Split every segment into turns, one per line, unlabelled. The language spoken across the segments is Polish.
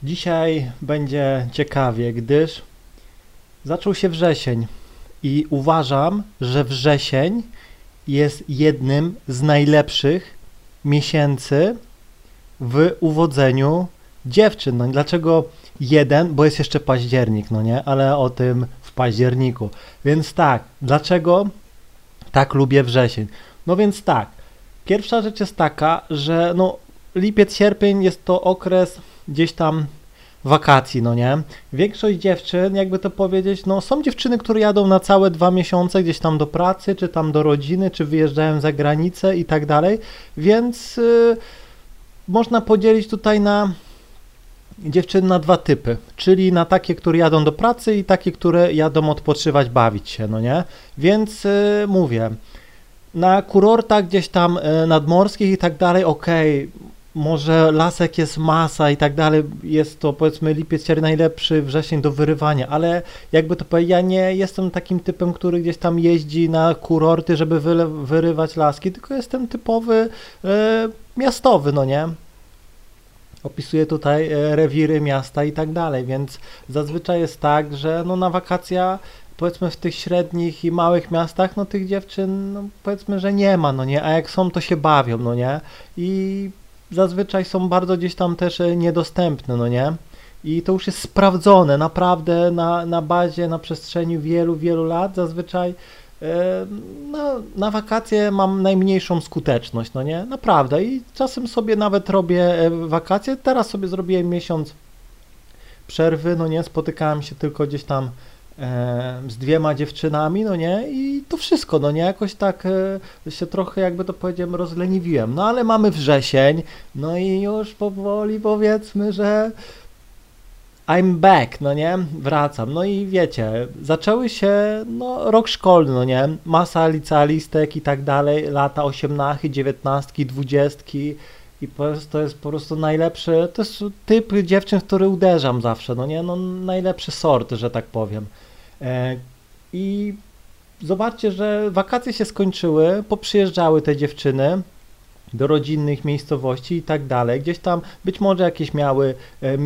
Dzisiaj będzie ciekawie, gdyż zaczął się wrzesień i uważam, że wrzesień jest jednym z najlepszych miesięcy w uwodzeniu dziewczyn. No, dlaczego jeden? Bo jest jeszcze październik, no nie? Ale o tym w październiku. Więc tak, dlaczego tak lubię wrzesień? No więc tak, pierwsza rzecz jest taka, że no lipiec, sierpień jest to okres gdzieś tam wakacji, no nie? Większość dziewczyn, jakby to powiedzieć, no są dziewczyny, które jadą na całe 2 miesiące gdzieś tam do pracy, czy tam do rodziny, czy wyjeżdżają za granicę i tak dalej, więc można podzielić tutaj na dziewczyny na dwa typy, czyli na takie, które jadą do pracy i takie, które jadą odpoczywać, bawić się, no nie? Więc mówię, na kurortach gdzieś tam nadmorskich i tak dalej, okej, może lasek jest masa i tak dalej, jest to powiedzmy lipiec, sierpień najlepszy, wrzesień do wyrywania, ale jakby to powiedzieć, ja nie jestem takim typem, który gdzieś tam jeździ na kurorty, żeby wyrywać laski, tylko jestem typowy miastowy, no nie? Opisuję tutaj rewiry miasta i tak dalej, więc zazwyczaj jest tak, że no na wakacjach powiedzmy w tych średnich i małych miastach, no tych dziewczyn, no powiedzmy, że nie ma, no nie, a jak są, to się bawią, no nie, i zazwyczaj są bardzo gdzieś tam też niedostępne, no nie, i to już jest sprawdzone, naprawdę na bazie, na przestrzeni wielu, wielu lat, zazwyczaj na wakacje mam najmniejszą skuteczność, no nie, naprawdę, i czasem sobie nawet robię wakacje, teraz sobie zrobiłem miesiąc przerwy, no nie, spotykałem się tylko gdzieś tam z 2 dziewczynami, no nie, i to wszystko, no nie, jakoś tak się trochę, jakby to powiedziałem, rozleniwiłem, no ale mamy wrzesień, no i już powoli powiedzmy, że I'm back, no nie, wracam, no i wiecie, zaczęły się, no, rok szkolny, no nie, masa licealistek i tak dalej, lata 18, 19, 20 i to jest po prostu najlepszy, to jest typ dziewczyn, w który uderzam zawsze, no nie, no najlepszy sort, że tak powiem. I zobaczcie, że wakacje się skończyły, poprzyjeżdżały te dziewczyny do rodzinnych miejscowości i tak dalej. Gdzieś tam być może jakieś miały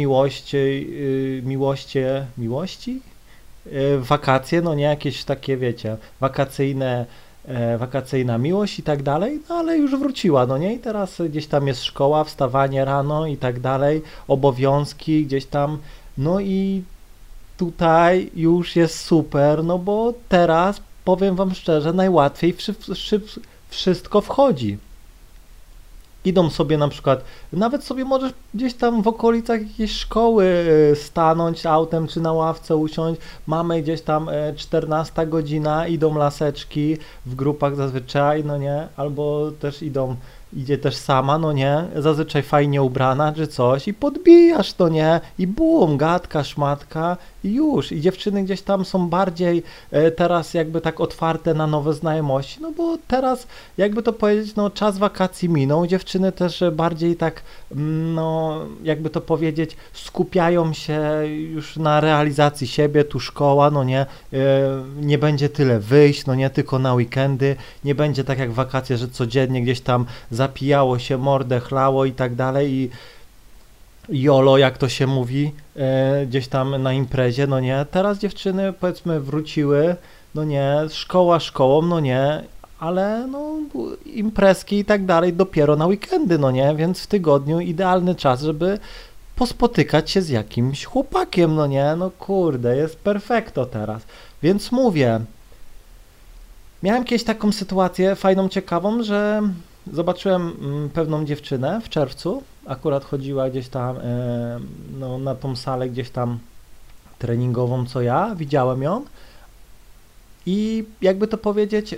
miłości? Wakacje, no nie jakieś takie, wiecie, wakacyjna miłość i tak dalej, no ale już wróciła, no nie? I teraz gdzieś tam jest szkoła, wstawanie rano i tak dalej, obowiązki gdzieś tam, no i tutaj już jest super, no bo teraz powiem wam szczerze, najłatwiej wszystko wchodzi. Idą sobie na przykład, nawet sobie możesz gdzieś tam w okolicach jakiejś szkoły stanąć autem czy na ławce usiąść, mamy gdzieś tam 14 godzina, idą laseczki w grupach zazwyczaj, no nie, albo też idzie też sama, no nie, zazwyczaj fajnie ubrana czy coś i podbijasz, no nie, i bum, gadka, szmatka i już, i dziewczyny gdzieś tam są bardziej teraz jakby tak otwarte na nowe znajomości, no bo teraz jakby to powiedzieć, no czas wakacji minął, dziewczyny też bardziej tak, no jakby to powiedzieć, skupiają się już na realizacji siebie, tu szkoła, no nie, nie będzie tyle wyjść, no nie, tylko na weekendy, nie będzie tak jak wakacje, że codziennie gdzieś tam zapijało się, mordę chlało i tak dalej i jolo, jak to się mówi, gdzieś tam na imprezie, no nie, teraz dziewczyny powiedzmy wróciły, no nie, szkoła szkołą, no nie, ale no imprezki i tak dalej dopiero na weekendy, no nie, więc w tygodniu idealny czas, żeby pospotykać się z jakimś chłopakiem, no nie, no kurde, jest perfekto teraz, więc mówię, miałem kiedyś taką sytuację fajną, ciekawą, że zobaczyłem pewną dziewczynę w czerwcu, akurat chodziła gdzieś tam no, na tą salę gdzieś tam treningową, co ja, widziałem ją i jakby to powiedzieć,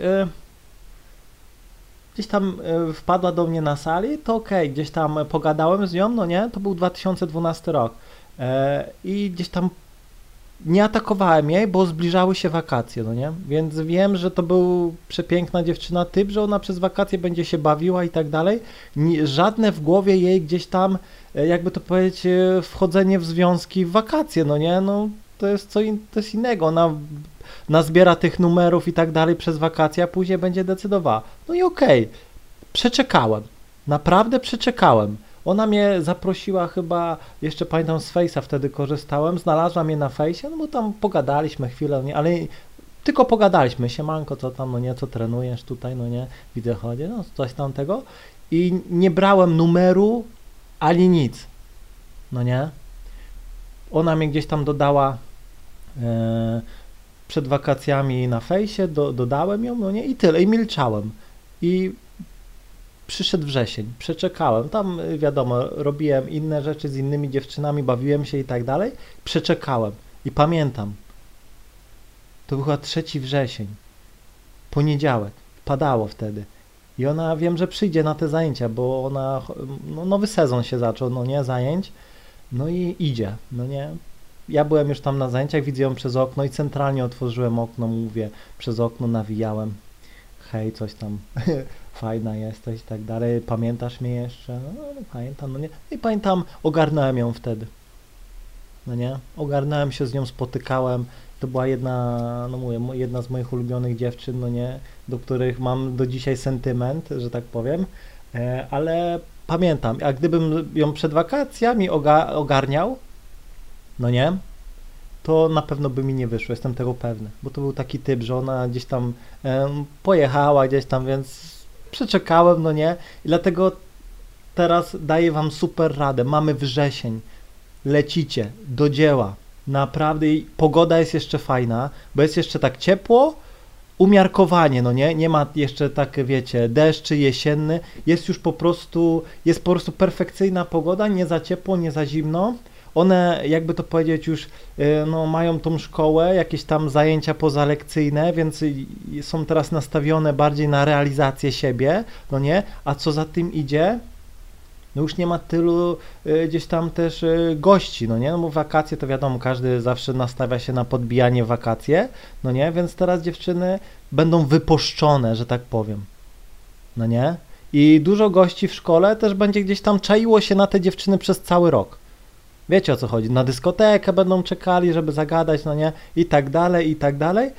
gdzieś tam wpadła do mnie na sali, to okej, gdzieś tam pogadałem z nią, no nie, to był 2012 rok i gdzieś tam nie atakowałem jej, bo zbliżały się wakacje, no nie? Więc wiem, że to był przepiękna dziewczyna, typ, że ona przez wakacje będzie się bawiła i tak dalej. Żadne w głowie jej gdzieś tam, jakby to powiedzieć, wchodzenie w związki w wakacje, no nie? No to jest to jest innego. Ona nazbiera tych numerów i tak dalej przez wakacje, a później będzie decydowała. No i okej, przeczekałem. Naprawdę przeczekałem. Ona mnie zaprosiła chyba, jeszcze pamiętam z Face'a wtedy korzystałem, znalazła mnie na Face'ie, no bo tam pogadaliśmy chwilę, nie, ale tylko pogadaliśmy, siemanko, co tam, no nie, co trenujesz tutaj, no nie, widzę, chodzi, no coś tamtego i nie brałem numeru ani nic, no nie. Ona mnie gdzieś tam dodała przed wakacjami na fejsie, dodałem ją, no nie, i tyle, i milczałem. I przyszedł wrzesień, przeczekałem, tam wiadomo, robiłem inne rzeczy z innymi dziewczynami, bawiłem się i tak dalej, przeczekałem i pamiętam, to był chyba 3 wrzesień, poniedziałek, padało wtedy i ona, wiem, że przyjdzie na te zajęcia, bo ona, no, nowy sezon się zaczął, no nie, zajęć, no i idzie, no nie. Ja byłem już tam na zajęciach, widzę ją przez okno i centralnie otworzyłem okno, mówię, przez okno nawijałem, hej, coś tam, fajna jesteś i tak dalej, pamiętasz mnie jeszcze? No pamiętam, no nie. I pamiętam, ogarnąłem ją wtedy, no nie, ogarnąłem się z nią, spotykałem, to była jedna, no mówię, jedna z moich ulubionych dziewczyn, no nie, do których mam do dzisiaj sentyment, że tak powiem, ale pamiętam, a gdybym ją przed wakacjami ogarniał, no nie, to na pewno by mi nie wyszło, jestem tego pewny, bo to był taki typ, że ona gdzieś tam pojechała gdzieś tam, więc przeczekałem, no nie, i dlatego teraz daję wam super radę, mamy wrzesień, lecicie do dzieła, naprawdę i pogoda jest jeszcze fajna, bo jest jeszcze tak ciepło, umiarkowanie, no nie, nie ma jeszcze tak, wiecie, deszczy jesienny, jest już po prostu, jest po prostu perfekcyjna pogoda, nie za ciepło, nie za zimno. One, jakby to powiedzieć, już no, mają tą szkołę, jakieś tam zajęcia pozalekcyjne, więc są teraz nastawione bardziej na realizację siebie, no nie, a co za tym idzie, no już nie ma tylu gdzieś tam też gości, no nie, no bo wakacje to wiadomo, każdy zawsze nastawia się na podbijanie wakacje, no nie, więc teraz dziewczyny będą wypuszczone, że tak powiem, no nie, i dużo gości w szkole też będzie gdzieś tam czaiło się na te dziewczyny przez cały rok. Wiecie o co chodzi, na dyskotekę będą czekali, żeby zagadać, no nie, i tak dalej, i tak dalej.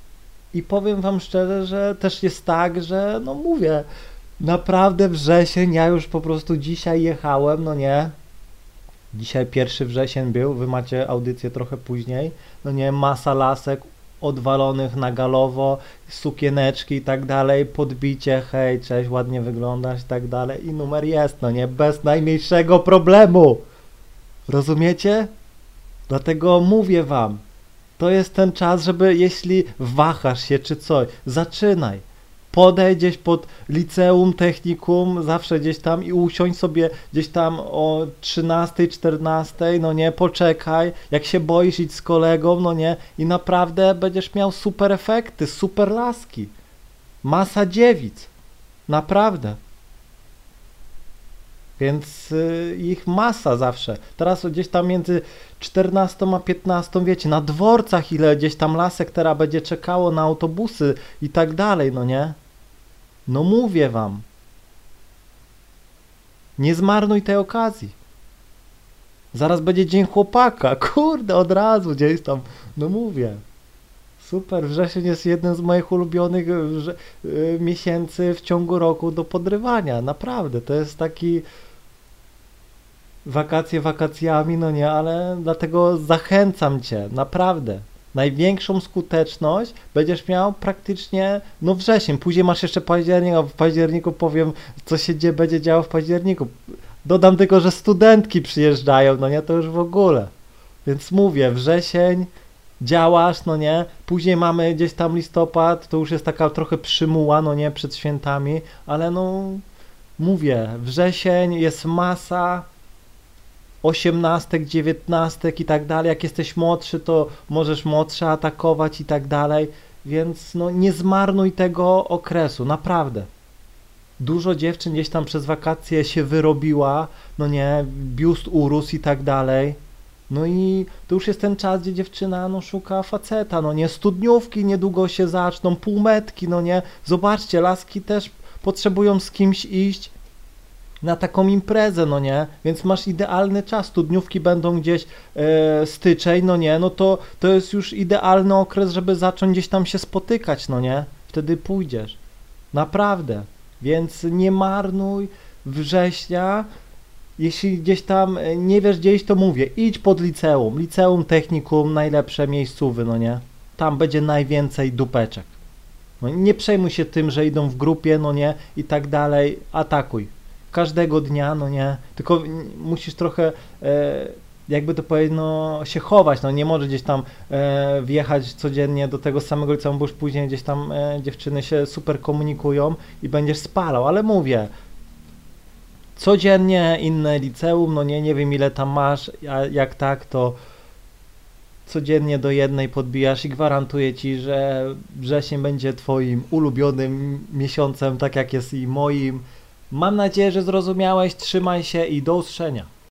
I powiem wam szczerze, że też jest tak, że no mówię, naprawdę wrzesień, ja już po prostu dzisiaj jechałem, no nie, dzisiaj 1 wrzesień był, wy macie audycję trochę później, no nie, masa lasek odwalonych na galowo, sukieneczki i tak dalej, podbicie, hej, cześć, ładnie wyglądasz i tak dalej i numer jest, no nie, bez najmniejszego problemu. Rozumiecie? Dlatego mówię wam, to jest ten czas, żeby jeśli wahasz się czy coś, zaczynaj. Podejdź gdzieś pod liceum, technikum, zawsze gdzieś tam i usiądź sobie gdzieś tam o 13, 14, no nie, poczekaj, jak się boisz idź z kolegą, no nie, i naprawdę będziesz miał super efekty, super laski. Masa dziewic. Naprawdę. Więc ich masa zawsze. Teraz gdzieś tam między 14 a 15, wiecie, na dworcach ile gdzieś tam lasek teraz będzie czekało na autobusy i tak dalej, no nie? No mówię wam. Nie zmarnuj tej okazji. Zaraz będzie dzień chłopaka, kurde, od razu gdzieś tam, no mówię. Super, wrzesień jest jednym z moich ulubionych miesięcy w ciągu roku do podrywania, naprawdę, to jest taki wakacje wakacjami, no nie, ale dlatego zachęcam cię, naprawdę. Największą skuteczność będziesz miał praktycznie, no wrzesień, później masz jeszcze październik, a w październiku powiem, co się będzie działo w październiku. Dodam tylko, że studentki przyjeżdżają, no nie, to już w ogóle. Więc mówię, wrzesień, działasz, no nie, później mamy gdzieś tam listopad, to już jest taka trochę przymuła, no nie, przed świętami, ale no, mówię, wrzesień, jest masa 18, 19 i tak dalej, jak jesteś młodszy, to możesz młodsze atakować i tak dalej, więc no nie zmarnuj tego okresu, naprawdę. Dużo dziewczyn gdzieś tam przez wakacje się wyrobiła, no nie, biust urósł i tak dalej. No i to już jest ten czas, gdzie dziewczyna no szuka faceta, no nie, studniówki niedługo się zaczną, półmetki, no nie, zobaczcie, laski też potrzebują z kimś iść na taką imprezę, no nie, więc masz idealny czas, studniówki będą gdzieś styczeń, no nie, no to jest już idealny okres, żeby zacząć gdzieś tam się spotykać, no nie, wtedy pójdziesz, naprawdę, więc nie marnuj września, Jeśli gdzieś tam nie wiesz gdzie iść, to mówię, idź pod liceum. Liceum, technikum, najlepsze miejscówy, no nie? Tam będzie najwięcej dupeczek. No nie przejmuj się tym, że idą w grupie, no nie, i tak dalej, atakuj. Każdego dnia, no nie, tylko musisz trochę, jakby to powiedzieć, no się chować, no nie możesz gdzieś tam wjechać codziennie do tego samego liceum, bo już później gdzieś tam dziewczyny się super komunikują i będziesz spalał, ale mówię, codziennie inne liceum, no nie wiem ile tam masz, a jak tak, to codziennie do jednej podbijasz i gwarantuję ci, że wrzesień będzie twoim ulubionym miesiącem, tak jak jest i moim. Mam nadzieję, że zrozumiałeś, trzymaj się i do usłyszenia.